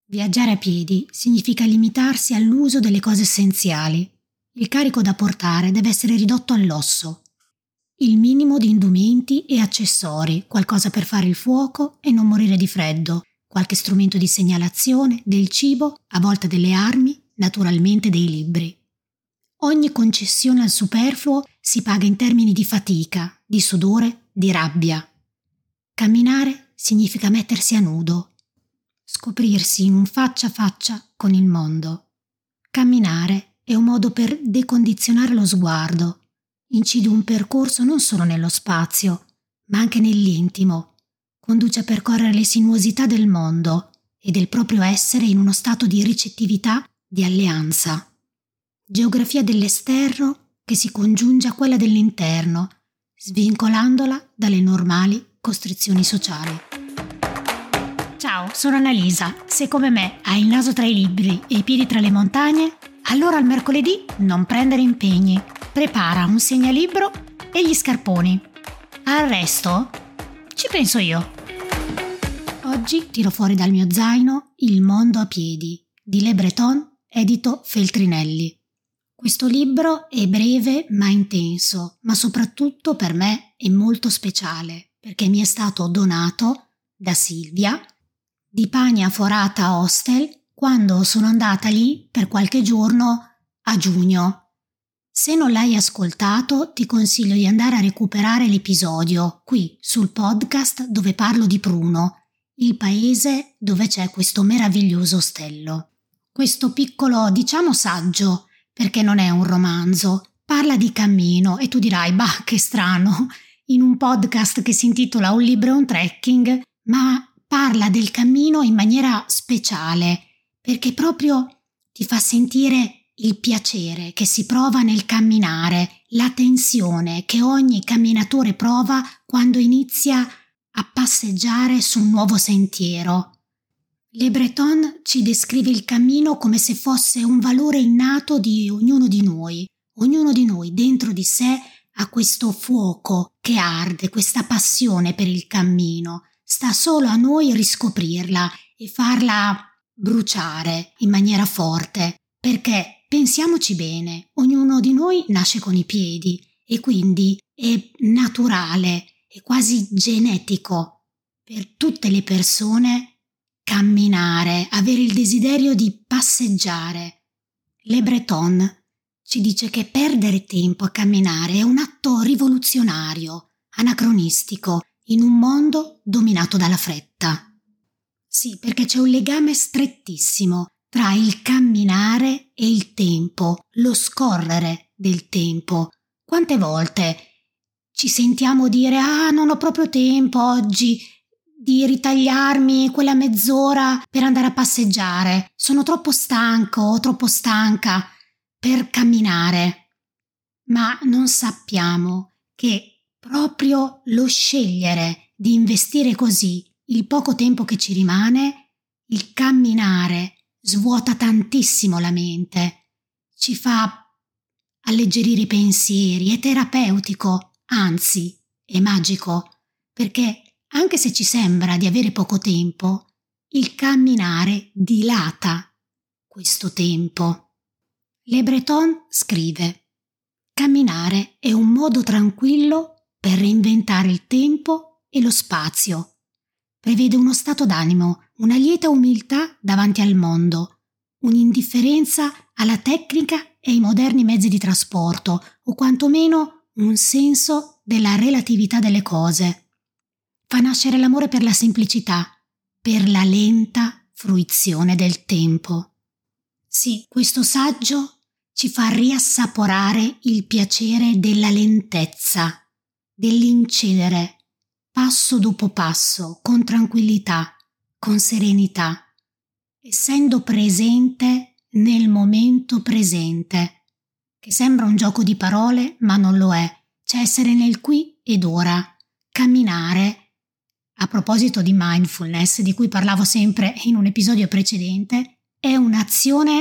Viaggiare a piedi significa limitarsi all'uso delle cose essenziali. Il carico da portare deve essere ridotto all'osso. Il minimo di indumenti e accessori, qualcosa per fare il fuoco e non morire di freddo, qualche strumento di segnalazione, del cibo, a volte delle armi, naturalmente dei libri. Ogni concessione al superfluo si paga in termini di fatica, di sudore, di rabbia. Camminare significa mettersi a nudo. Scoprirsi in un faccia a faccia con il mondo. Camminare è un modo per decondizionare lo sguardo. Incide un percorso non solo nello spazio, ma anche nell'intimo. Conduce a percorrere le sinuosità del mondo e del proprio essere in uno stato di ricettività, di alleanza. Geografia dell'esterno che si congiunge a quella dell'interno, svincolandola dalle normali costrizioni sociali. Ciao, sono Annalisa. Se come me hai il naso tra i libri e i piedi tra le montagne, allora il mercoledì non prendere impegni. Prepara un segnalibro e gli scarponi. Al resto ci penso io. Oggi tiro fuori dal mio zaino Il mondo a piedi di Le Breton, edito Feltrinelli. Questo libro è breve ma intenso, ma soprattutto per me è molto speciale perché mi è stato donato da Silvia di Pagna Forata Hostel quando sono andata lì per qualche giorno a giugno. Se non l'hai ascoltato, ti consiglio di andare a recuperare l'episodio qui sul podcast dove parlo di Pruno, il paese dove c'è questo meraviglioso ostello. Questo piccolo, saggio, perché non è un romanzo, parla di cammino e tu dirai, bah, che strano, in un podcast che si intitola Un libro e un trekking, ma parla del cammino in maniera speciale, perché proprio ti fa sentire il piacere che si prova nel camminare, la tensione che ogni camminatore prova quando inizia a passeggiare su un nuovo sentiero. Le Breton ci descrive il cammino come se fosse un valore innato di ognuno di noi. Ognuno di noi dentro di sé ha questo fuoco che arde, questa passione per il cammino. Sta solo a noi riscoprirla e farla bruciare in maniera forte, perché pensiamoci bene, ognuno di noi nasce con i piedi e quindi è naturale, è quasi genetico per tutte le persone camminare, avere il desiderio di passeggiare. Le Breton ci dice che perdere tempo a camminare è un atto rivoluzionario, anacronistico, in un mondo dominato dalla fretta. Sì, perché c'è un legame strettissimo tra il camminare e il tempo, lo scorrere del tempo. Quante volte ci sentiamo dire non ho proprio tempo oggi di ritagliarmi quella mezz'ora per andare a passeggiare, sono troppo stanco o troppo stanca per camminare. Ma non sappiamo che proprio lo scegliere di investire così il poco tempo che ci rimane, il camminare, svuota tantissimo la mente, ci fa alleggerire i pensieri, è terapeutico, anzi è magico, perché anche se ci sembra di avere poco tempo, il camminare dilata questo tempo. Le Breton scrive: camminare è un modo tranquillo per reinventare il tempo e lo spazio. Prevede uno stato d'animo, una lieta umiltà davanti al mondo, un'indifferenza alla tecnica e ai moderni mezzi di trasporto, o quantomeno un senso della relatività delle cose. Fa nascere l'amore per la semplicità, per la lenta fruizione del tempo. Sì, questo saggio ci fa riassaporare il piacere della lentezza, dell'incedere, passo dopo passo, con tranquillità, con serenità, essendo presente nel momento presente, che sembra un gioco di parole, ma non lo è. C'è essere nel qui ed ora, camminare. A proposito di mindfulness, di cui parlavo sempre in un episodio precedente, è un'azione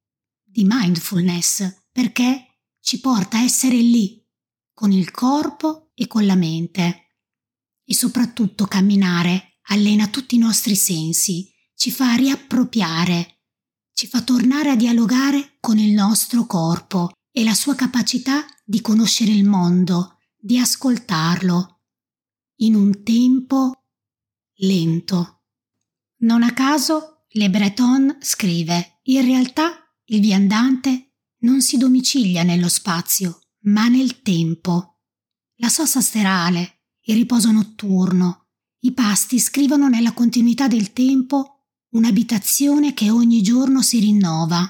di mindfulness, perché ci porta a essere lì, con il corpo e con la mente. E soprattutto camminare allena tutti i nostri sensi, ci fa riappropriare, ci fa tornare a dialogare con il nostro corpo e la sua capacità di conoscere il mondo, di ascoltarlo, in un tempo lento. Non a caso Le Breton scrive: in realtà il viandante non si domicilia nello spazio, ma nel tempo. La sosta serale, il riposo notturno, i pasti scrivono nella continuità del tempo un'abitazione che ogni giorno si rinnova.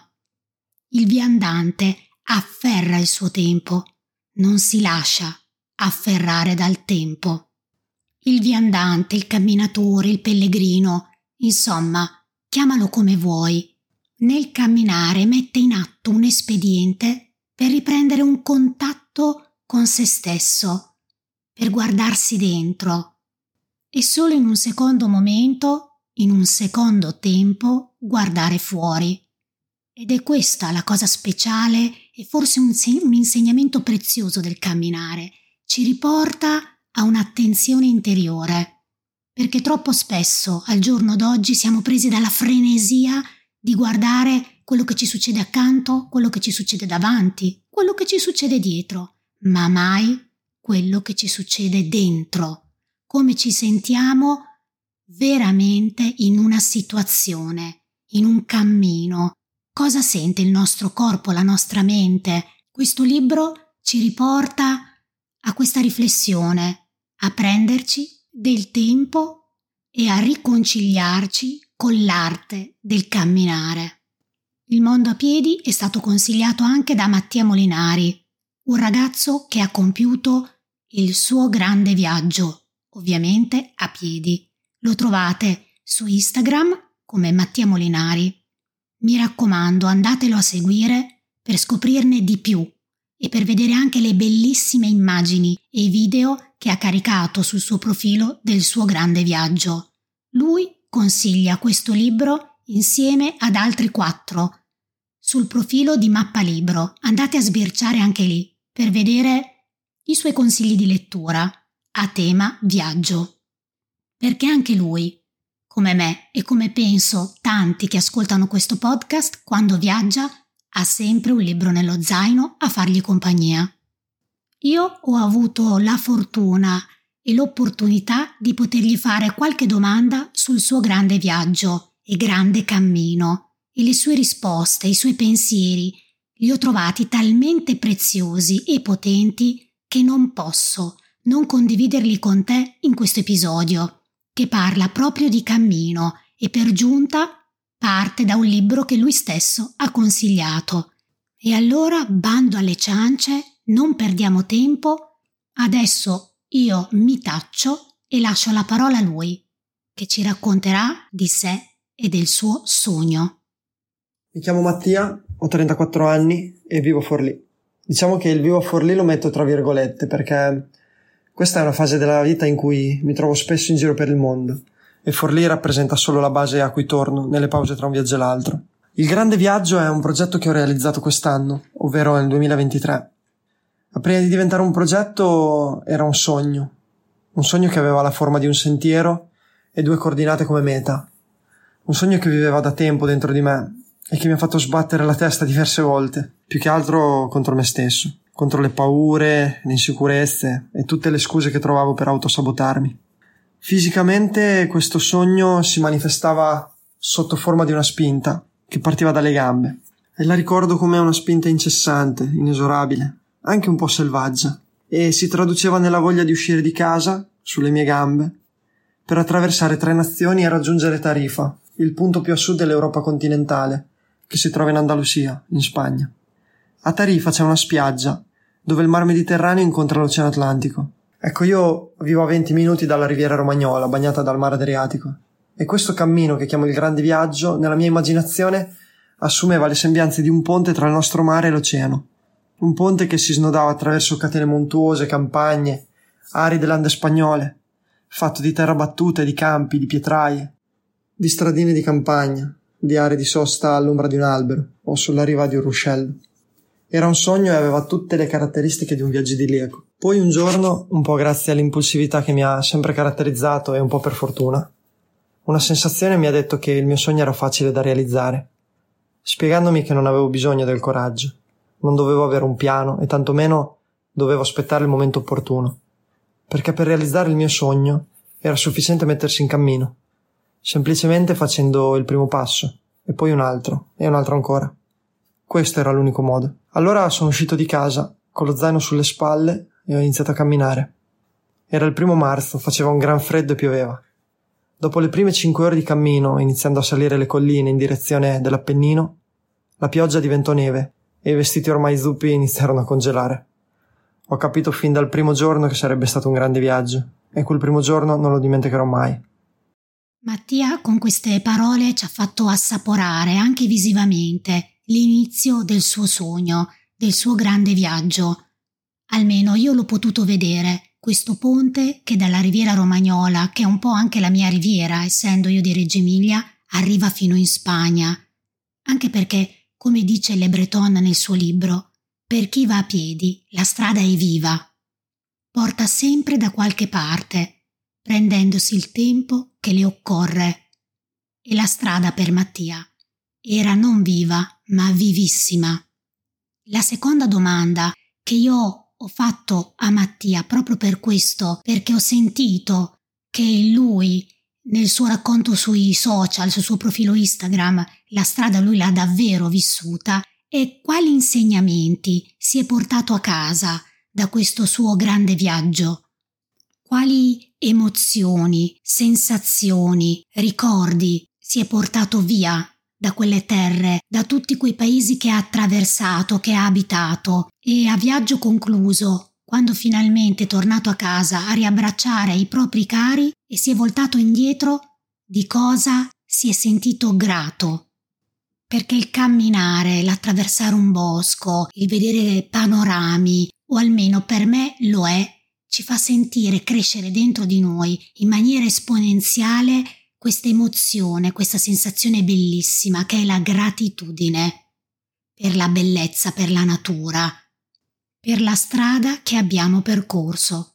Il viandante afferra il suo tempo, non si lascia afferrare dal tempo. Il viandante, il camminatore, il pellegrino, insomma, chiamalo come vuoi, nel camminare mette in atto un espediente per riprendere un contatto con se stesso, per guardarsi dentro e solo in un secondo momento, in un secondo tempo, guardare fuori. Ed è questa la cosa speciale e forse un insegnamento prezioso del camminare. Ci riporta a un'attenzione interiore, perché troppo spesso al giorno d'oggi siamo presi dalla frenesia di guardare quello che ci succede accanto, quello che ci succede davanti, quello che ci succede dietro, ma mai quello che ci succede dentro, come ci sentiamo veramente in una situazione, in un cammino. Cosa sente il nostro corpo, la nostra mente? Questo libro ci riporta a questa riflessione, a prenderci del tempo e a riconciliarci con l'arte del camminare. Il mondo a piedi è stato consigliato anche da Mattia Molinari, un ragazzo che ha compiuto il suo grande viaggio, ovviamente a piedi. Lo trovate su Instagram come Mattia Molinari. Mi raccomando, andatelo a seguire per scoprirne di più e per vedere anche le bellissime immagini e i video che ha caricato sul suo profilo del suo grande viaggio. Lui consiglia questo libro insieme ad altri 4 sul profilo di Mappalibro. Andate a sbirciare anche lì per vedere i suoi consigli di lettura a tema viaggio. Perché anche lui, come me e come penso tanti che ascoltano questo podcast, quando viaggia ha sempre un libro nello zaino a fargli compagnia. Io ho avuto la fortuna e l'opportunità di potergli fare qualche domanda sul suo grande viaggio e grande cammino, e le sue risposte, i suoi pensieri li ho trovati talmente preziosi e potenti che non posso non condividerli con te in questo episodio, che parla proprio di cammino e per giunta parte da un libro che lui stesso ha consigliato. E allora, bando alle ciance, non perdiamo tempo, adesso io mi taccio e lascio la parola a lui, che ci racconterà di sé e del suo sogno. Mi chiamo Mattia, ho 34 anni e vivo a Forlì. Diciamo che il vivo a Forlì lo metto tra virgolette perché questa è una fase della vita in cui mi trovo spesso in giro per il mondo e Forlì rappresenta solo la base a cui torno nelle pause tra un viaggio e l'altro. Il grande viaggio è un progetto che ho realizzato quest'anno, ovvero nel 2023. Ma prima di diventare un progetto era un sogno che aveva la forma di un sentiero e 2 coordinate come meta. Un sogno che viveva da tempo dentro di me e che mi ha fatto sbattere la testa diverse volte, più che altro contro me stesso, contro le paure, le insicurezze e tutte le scuse che trovavo per autosabotarmi. Fisicamente questo sogno si manifestava sotto forma di una spinta che partiva dalle gambe e la ricordo come una spinta incessante, inesorabile, anche un po' selvaggia, e si traduceva nella voglia di uscire di casa, sulle mie gambe, per attraversare 3 nazioni e raggiungere Tarifa, il punto più a sud dell'Europa continentale, che si trova in Andalusia, in Spagna. A Tarifa c'è una spiaggia dove il mar Mediterraneo incontra l'Oceano Atlantico. Ecco, io vivo a 20 minuti dalla riviera romagnola, bagnata dal mar Adriatico, e questo cammino che chiamo il grande viaggio, nella mia immaginazione, assumeva le sembianze di un ponte tra il nostro mare e l'oceano. Un ponte che si snodava attraverso catene montuose, campagne, aride lande spagnole, fatto di terra battuta e di campi, di pietraie, di stradine di campagna, di aree di sosta all'ombra di un albero o sulla riva di un ruscello. Era un sogno e aveva tutte le caratteristiche di un viaggio idilliaco. Poi un giorno, un po' grazie all'impulsività che mi ha sempre caratterizzato e un po' per fortuna, Una sensazione mi ha detto che il mio sogno era facile da realizzare, spiegandomi che non avevo bisogno del coraggio, non dovevo avere un piano e tantomeno dovevo aspettare il momento opportuno, perché per realizzare il mio sogno era sufficiente mettersi in cammino, semplicemente facendo il primo passo, e poi un altro, e un altro ancora. Questo era l'unico modo. Allora sono uscito di casa, con lo zaino sulle spalle, e ho iniziato a camminare. Era il 1 marzo, faceva un gran freddo e pioveva. Dopo le prime 5 ore di cammino, iniziando a salire le colline in direzione dell'Appennino, la pioggia diventò neve e i vestiti ormai zuppi iniziarono a congelare. Ho capito fin dal primo giorno che sarebbe stato un grande viaggio, e quel primo giorno non lo dimenticherò mai. Mattia con queste parole ci ha fatto assaporare anche visivamente l'inizio del suo sogno, del suo grande viaggio. Almeno io l'ho potuto vedere, questo ponte che dalla Riviera Romagnola, che è un po' anche la mia riviera, essendo io di Reggio Emilia, arriva fino in Spagna. Anche perché, come dice Le Breton nel suo libro, per chi va a piedi la strada è viva. Porta sempre da qualche parte, prendendosi il tempo che le occorre. E la strada per Mattia era non viva, ma vivissima. La seconda domanda che io ho fatto a Mattia proprio per questo, perché ho sentito che lui, nel suo racconto sui social, sul suo profilo Instagram, la strada lui l'ha davvero vissuta, e quali insegnamenti si è portato a casa da questo suo grande viaggio? Quali emozioni, sensazioni, ricordi si è portato via da quelle terre, da tutti quei paesi che ha attraversato, che ha abitato, e a viaggio concluso, quando finalmente è tornato a casa a riabbracciare i propri cari e si è voltato indietro, di cosa si è sentito grato? Perché il camminare, l'attraversare un bosco, il vedere panorami, o almeno per me lo è, ci fa sentire crescere dentro di noi in maniera esponenziale questa emozione, questa sensazione bellissima che è la gratitudine per la bellezza, per la natura, per la strada che abbiamo percorso.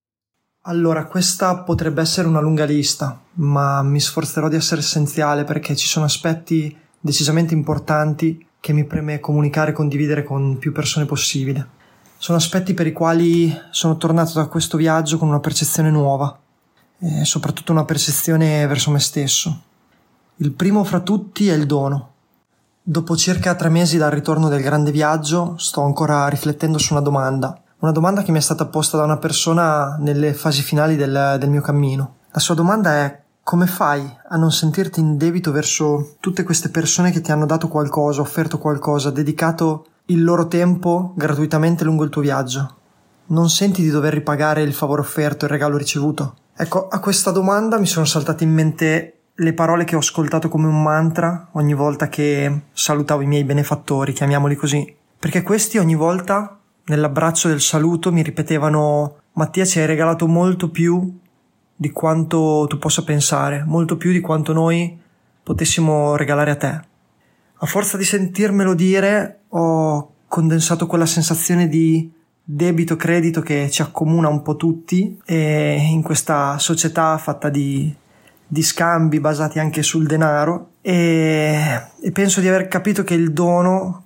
Allora, questa potrebbe essere una lunga lista, ma mi sforzerò di essere essenziale perché ci sono aspetti decisamente importanti che mi preme comunicare e condividere con più persone possibile. Sono aspetti per i quali sono tornato da questo viaggio con una percezione nuova e soprattutto una percezione verso me stesso. Il primo fra tutti è il dono. Dopo circa 3 mesi dal ritorno del grande viaggio sto ancora riflettendo su una domanda che mi è stata posta da una persona nelle fasi finali del mio cammino. La sua domanda è: come fai a non sentirti in debito verso tutte queste persone che ti hanno dato qualcosa, offerto qualcosa, dedicato il loro tempo gratuitamente lungo il tuo viaggio? Non senti di dover ripagare il favore offerto, il regalo ricevuto? Ecco, a questa domanda mi sono saltate in mente le parole che ho ascoltato come un mantra ogni volta che salutavo i miei benefattori, chiamiamoli così, perché questi ogni volta nell'abbraccio del saluto mi ripetevano: Mattia, ci hai regalato molto più di quanto tu possa pensare, molto più di quanto noi potessimo regalare a te. A forza di sentirmelo dire ho condensato quella sensazione di debito-credito che ci accomuna un po' tutti, e in questa società fatta di scambi basati anche sul denaro, e penso di aver capito che il dono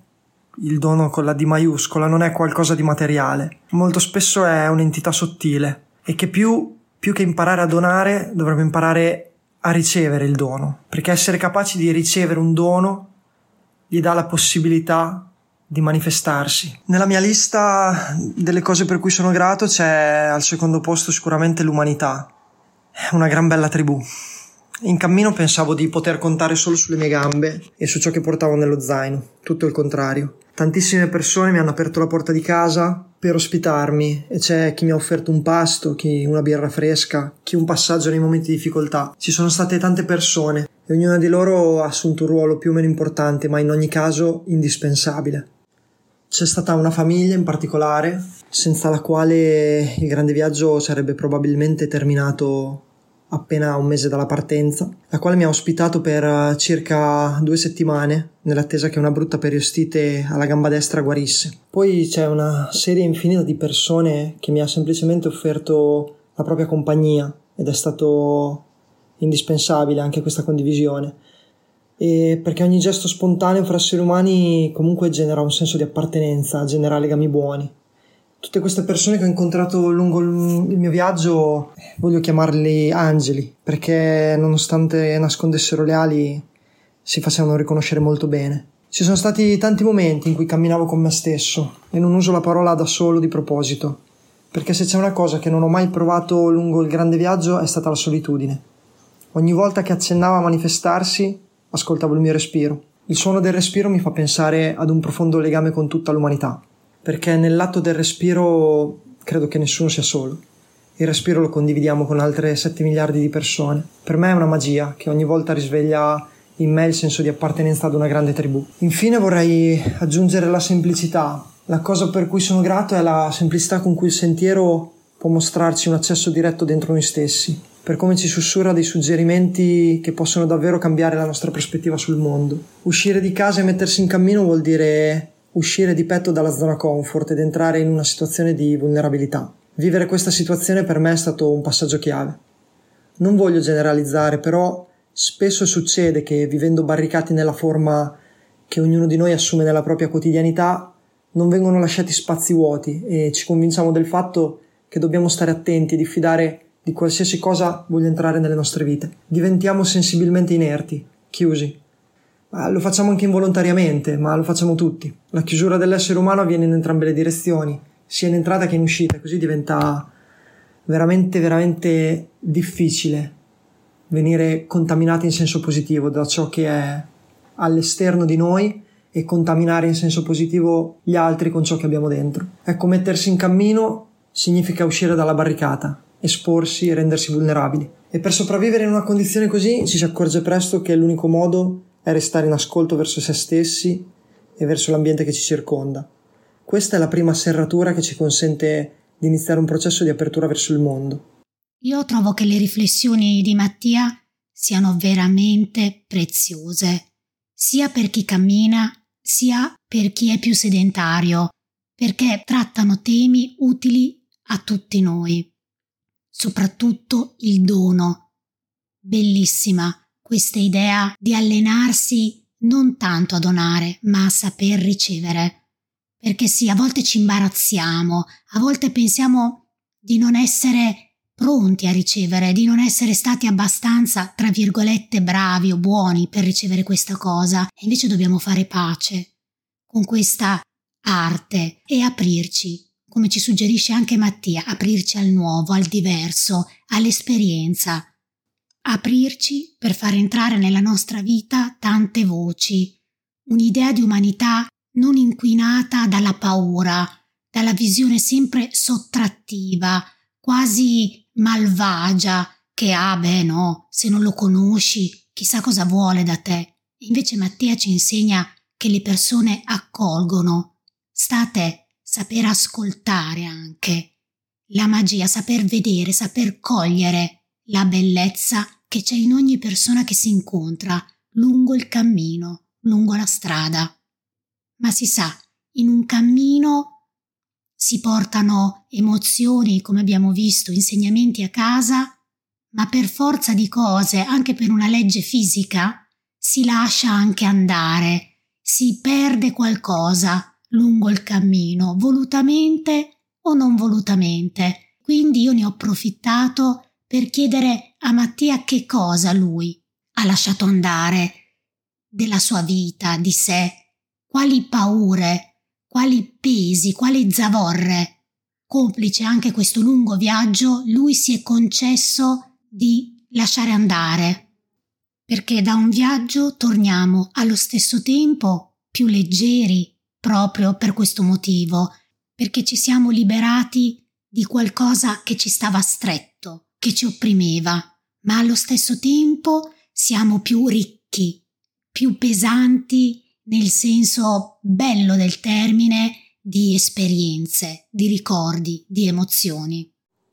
con la D maiuscola non è qualcosa di materiale, molto spesso è un'entità sottile, e che più che imparare a donare dovremmo imparare a ricevere il dono, perché essere capaci di ricevere un dono gli dà la possibilità di manifestarsi. Nella mia lista delle cose per cui sono grato c'è al secondo posto sicuramente l'umanità. È una gran bella tribù. In cammino pensavo di poter contare solo sulle mie gambe e su ciò che portavo nello zaino, tutto il contrario. Tantissime persone mi hanno aperto la porta di casa per ospitarmi, e c'è chi mi ha offerto un pasto, chi una birra fresca, chi un passaggio nei momenti di difficoltà. Ci sono state tante persone e ognuna di loro ha assunto un ruolo più o meno importante, ma in ogni caso indispensabile. C'è stata una famiglia in particolare, senza la quale il grande viaggio sarebbe probabilmente terminato appena 1 mese dalla partenza, la quale mi ha ospitato per circa 2 settimane, nell'attesa che una brutta periostite alla gamba destra guarisse. Poi c'è una serie infinita di persone che mi ha semplicemente offerto la propria compagnia, ed è stato indispensabile anche questa condivisione, e perché ogni gesto spontaneo fra esseri umani comunque genera un senso di appartenenza, genera legami buoni. Tutte queste persone che ho incontrato lungo il mio viaggio voglio chiamarli angeli, perché nonostante nascondessero le ali si facevano riconoscere molto bene. Ci sono stati tanti momenti in cui camminavo con me stesso, e non uso la parola da solo di proposito, perché se c'è una cosa che non ho mai provato lungo il grande viaggio è stata la solitudine. Ogni volta che accennava a manifestarsi ascoltavo il mio respiro. Il suono del respiro mi fa pensare ad un profondo legame con tutta l'umanità, perché nell'atto del respiro credo che nessuno sia solo. Il respiro lo condividiamo con altre 7 miliardi di persone. Per me è una magia che ogni volta risveglia in me il senso di appartenenza ad una grande tribù. Infine vorrei aggiungere la semplicità. La cosa per cui sono grato è la semplicità con cui il sentiero può mostrarci un accesso diretto dentro noi stessi, per come ci sussurra dei suggerimenti che possono davvero cambiare la nostra prospettiva sul mondo. Uscire di casa e mettersi in cammino vuol dire uscire di petto dalla zona comfort ed entrare in una situazione di vulnerabilità. Vivere questa situazione per me è stato un passaggio chiave. Non voglio generalizzare, però spesso succede che vivendo barricati nella forma che ognuno di noi assume nella propria quotidianità non vengono lasciati spazi vuoti e ci convinciamo del fatto che dobbiamo stare attenti e diffidare di qualsiasi cosa voglia entrare nelle nostre vite. Diventiamo sensibilmente inerti, chiusi. Lo facciamo anche involontariamente, ma lo facciamo tutti. La chiusura dell'essere umano avviene in entrambe le direzioni, sia in entrata che in uscita, così diventa veramente, veramente difficile venire contaminati in senso positivo da ciò che è all'esterno di noi e contaminare in senso positivo gli altri con ciò che abbiamo dentro. Ecco, mettersi in cammino significa uscire dalla barricata, esporsi e rendersi vulnerabili. E per sopravvivere in una condizione così ci si accorge presto che l'unico modo è restare in ascolto verso se stessi e verso l'ambiente che ci circonda. Questa è la prima serratura che ci consente di iniziare un processo di apertura verso il mondo. Io trovo che le riflessioni di Mattia siano veramente preziose, sia per chi cammina, sia per chi è più sedentario, perché trattano temi utili a tutti noi. Soprattutto il dono. Bellissima questa idea di allenarsi non tanto a donare, ma a saper ricevere. Perché sì, a volte ci imbarazziamo, a volte pensiamo di non essere pronti a ricevere, di non essere stati abbastanza, tra virgolette, bravi o buoni per ricevere questa cosa. E invece dobbiamo fare pace con questa arte e aprirci, come ci suggerisce anche Mattia, aprirci al nuovo, al diverso, all'esperienza. Aprirci per far entrare nella nostra vita tante voci, un'idea di umanità non inquinata dalla paura, dalla visione sempre sottrattiva, quasi malvagia, che no, se non lo conosci, chissà cosa vuole da te. E invece Mattia ci insegna che le persone accolgono. Sta a te saper ascoltare anche la magia, saper vedere, saper cogliere la bellezza che c'è in ogni persona che si incontra lungo il cammino, lungo la strada. Ma si sa, in un cammino si portano emozioni, come abbiamo visto, insegnamenti a casa, ma per forza di cose, anche per una legge fisica, si lascia anche andare, si perde qualcosa lungo il cammino, volutamente o non volutamente. Quindi io ne ho approfittato per chiedere a Mattia che cosa lui ha lasciato andare della sua vita, di sé, quali paure, quali pesi, quali zavorre. Complice anche questo lungo viaggio, lui si è concesso di lasciare andare, perché da un viaggio torniamo allo stesso tempo più leggeri, proprio per questo motivo, perché ci siamo liberati di qualcosa che ci stava stretto, che ci opprimeva, ma allo stesso tempo siamo più ricchi, più pesanti nel senso bello del termine, di esperienze, di ricordi, di emozioni.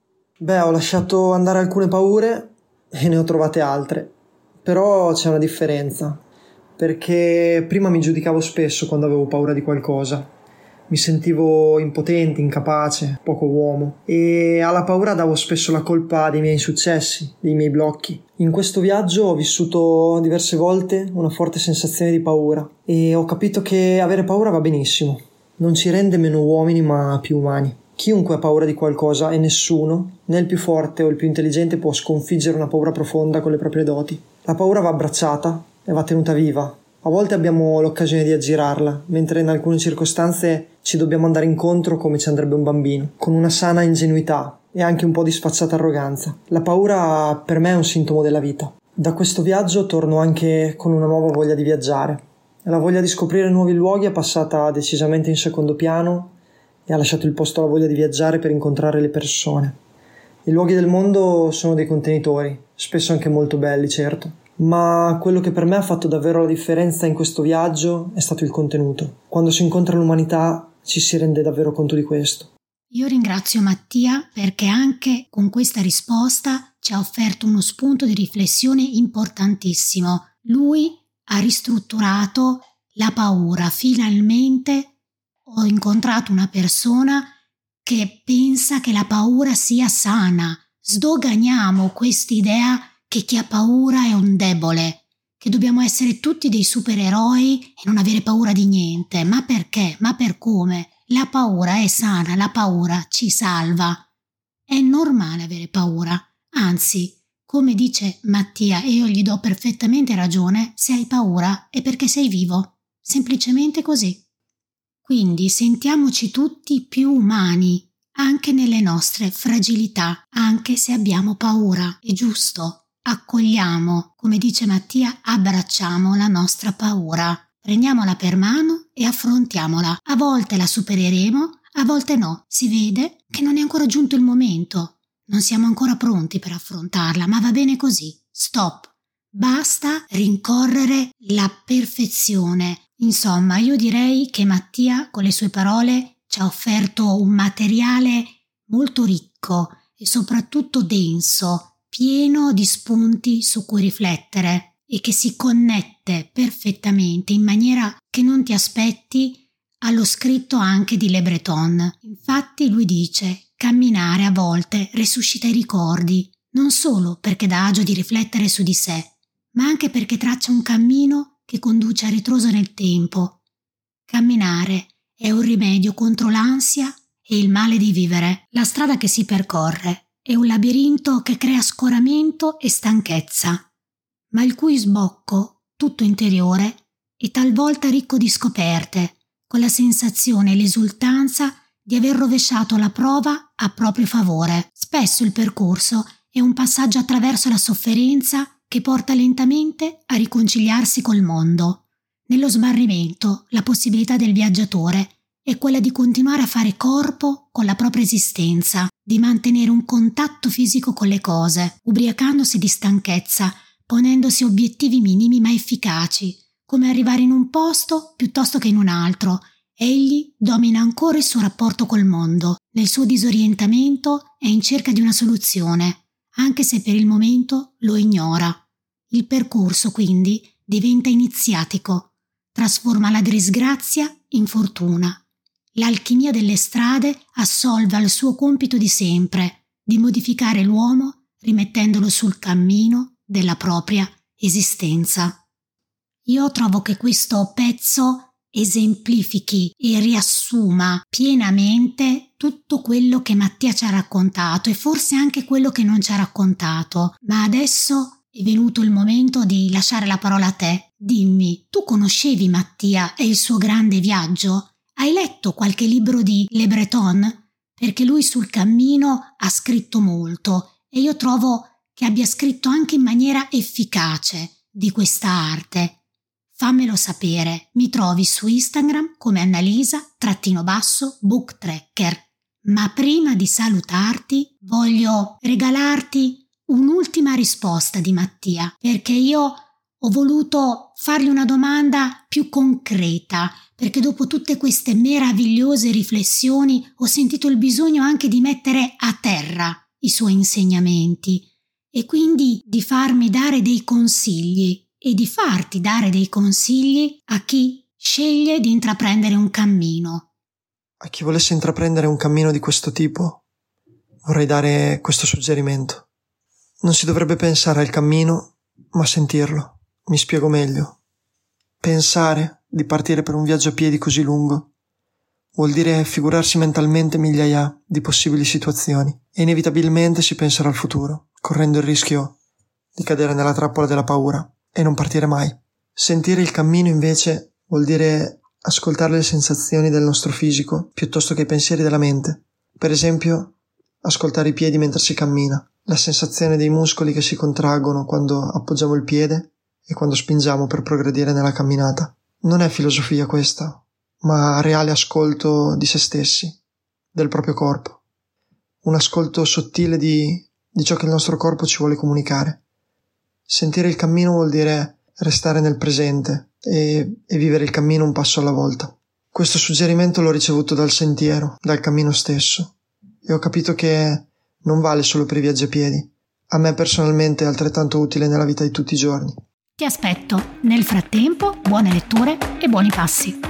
Ho lasciato andare alcune paure e ne ho trovate altre, però c'è una differenza, perché prima mi giudicavo spesso quando avevo paura di qualcosa, Mi sentivo impotente, incapace, poco uomo e alla paura davo spesso la colpa dei miei insuccessi, dei miei blocchi. In questo viaggio ho vissuto diverse volte una forte sensazione di paura e ho capito che avere paura va benissimo. Non ci rende meno uomini ma più umani. Chiunque ha paura di qualcosa e nessuno, né il più forte o il più intelligente, può sconfiggere una paura profonda con le proprie doti. La paura va abbracciata e va tenuta viva. A volte abbiamo l'occasione di aggirarla, mentre in alcune circostanze ci dobbiamo andare incontro come ci andrebbe un bambino, con una sana ingenuità e anche un po' di sfacciata arroganza. La paura per me è un sintomo della vita. Da questo viaggio torno anche con una nuova voglia di viaggiare. La voglia di scoprire nuovi luoghi è passata decisamente in secondo piano e ha lasciato il posto alla voglia di viaggiare per incontrare le persone. I luoghi del mondo sono dei contenitori, spesso anche molto belli, certo. Ma quello che per me ha fatto davvero la differenza in questo viaggio è stato il contenuto. Quando si incontra l'umanità ci si rende davvero conto di questo. Io ringrazio Mattia perché anche con questa risposta ci ha offerto uno spunto di riflessione importantissimo. Lui ha ristrutturato la paura. Finalmente ho incontrato una persona che pensa che la paura sia sana. Sdoganiamo quest'idea che chi ha paura è un debole, che dobbiamo essere tutti dei supereroi e non avere paura di niente. Ma perché? Ma per come? La paura è sana, la paura ci salva. È normale avere paura. Anzi, come dice Mattia, e io gli do perfettamente ragione, se hai paura è perché sei vivo. Semplicemente così. Quindi sentiamoci tutti più umani, anche nelle nostre fragilità, anche se abbiamo paura. È giusto. Accogliamo, come dice Mattia, abbracciamo la nostra paura, prendiamola per mano e affrontiamola. A volte la supereremo, a volte no. Si vede che non è ancora giunto il momento, non siamo ancora pronti per affrontarla, ma va bene così. Stop. Basta rincorrere la perfezione. Insomma, io direi che Mattia, con le sue parole, ci ha offerto un materiale molto ricco e soprattutto denso, pieno di spunti su cui riflettere e che si connette perfettamente in maniera che non ti aspetti allo scritto anche di Le Breton. Infatti lui dice: camminare a volte resuscita i ricordi, non solo perché dà agio di riflettere su di sé, ma anche perché traccia un cammino che conduce a ritroso nel tempo. Camminare è un rimedio contro l'ansia e il male di vivere. La strada che si percorre è un labirinto che crea scoramento e stanchezza, ma il cui sbocco, tutto interiore, è talvolta ricco di scoperte, con la sensazione e l'esultanza di aver rovesciato la prova a proprio favore. Spesso il percorso è un passaggio attraverso la sofferenza che porta lentamente a riconciliarsi col mondo. Nello smarrimento, la possibilità del viaggiatore è quella di continuare a fare corpo con la propria esistenza, di mantenere un contatto fisico con le cose, ubriacandosi di stanchezza, ponendosi obiettivi minimi ma efficaci, come arrivare in un posto piuttosto che in un altro. Egli domina ancora il suo rapporto col mondo. Nel suo disorientamento è in cerca di una soluzione, anche se per il momento lo ignora. Il percorso, quindi, diventa iniziatico, trasforma la disgrazia in fortuna. L'alchimia delle strade assolve al suo compito di sempre, di modificare l'uomo rimettendolo sul cammino della propria esistenza. Io trovo che questo pezzo esemplifichi e riassuma pienamente tutto quello che Mattia ci ha raccontato e forse anche quello che non ci ha raccontato. Ma adesso è venuto il momento di lasciare la parola a te. Dimmi, tu conoscevi Mattia e il suo grande viaggio? Hai letto qualche libro di Le Breton? Perché lui sul cammino ha scritto molto e io trovo che abbia scritto anche in maniera efficace di questa arte. Fammelo sapere, mi trovi su Instagram come Annalisa_booktracker. Ma prima di salutarti voglio regalarti un'ultima risposta di Mattia, perché io ho voluto fargli una domanda più concreta, perché dopo tutte queste meravigliose riflessioni ho sentito il bisogno anche di mettere a terra i suoi insegnamenti e quindi di farmi dare dei consigli e di farti dare dei consigli a chi sceglie di intraprendere un cammino. A chi volesse intraprendere un cammino di questo tipo, vorrei dare questo suggerimento. Non si dovrebbe pensare al cammino, ma sentirlo. Mi spiego meglio. Pensare di partire per un viaggio a piedi così lungo vuol dire figurarsi mentalmente migliaia di possibili situazioni e inevitabilmente si penserà al futuro, correndo il rischio di cadere nella trappola della paura e non partire mai. Sentire il cammino invece vuol dire ascoltare le sensazioni del nostro fisico piuttosto che i pensieri della mente. Per esempio, ascoltare i piedi mentre si cammina, la sensazione dei muscoli che si contraggono quando appoggiamo il piede e quando spingiamo per progredire nella camminata. Non è filosofia questa, ma reale ascolto di se stessi, del proprio corpo. Un ascolto sottile di ciò che il nostro corpo ci vuole comunicare. Sentire il cammino vuol dire restare nel presente e vivere il cammino un passo alla volta. Questo suggerimento l'ho ricevuto dal sentiero, dal cammino stesso, e ho capito che non vale solo per i viaggi a piedi. A me personalmente è altrettanto utile nella vita di tutti i giorni. Ti aspetto. Nel frattempo, buone letture e buoni passi.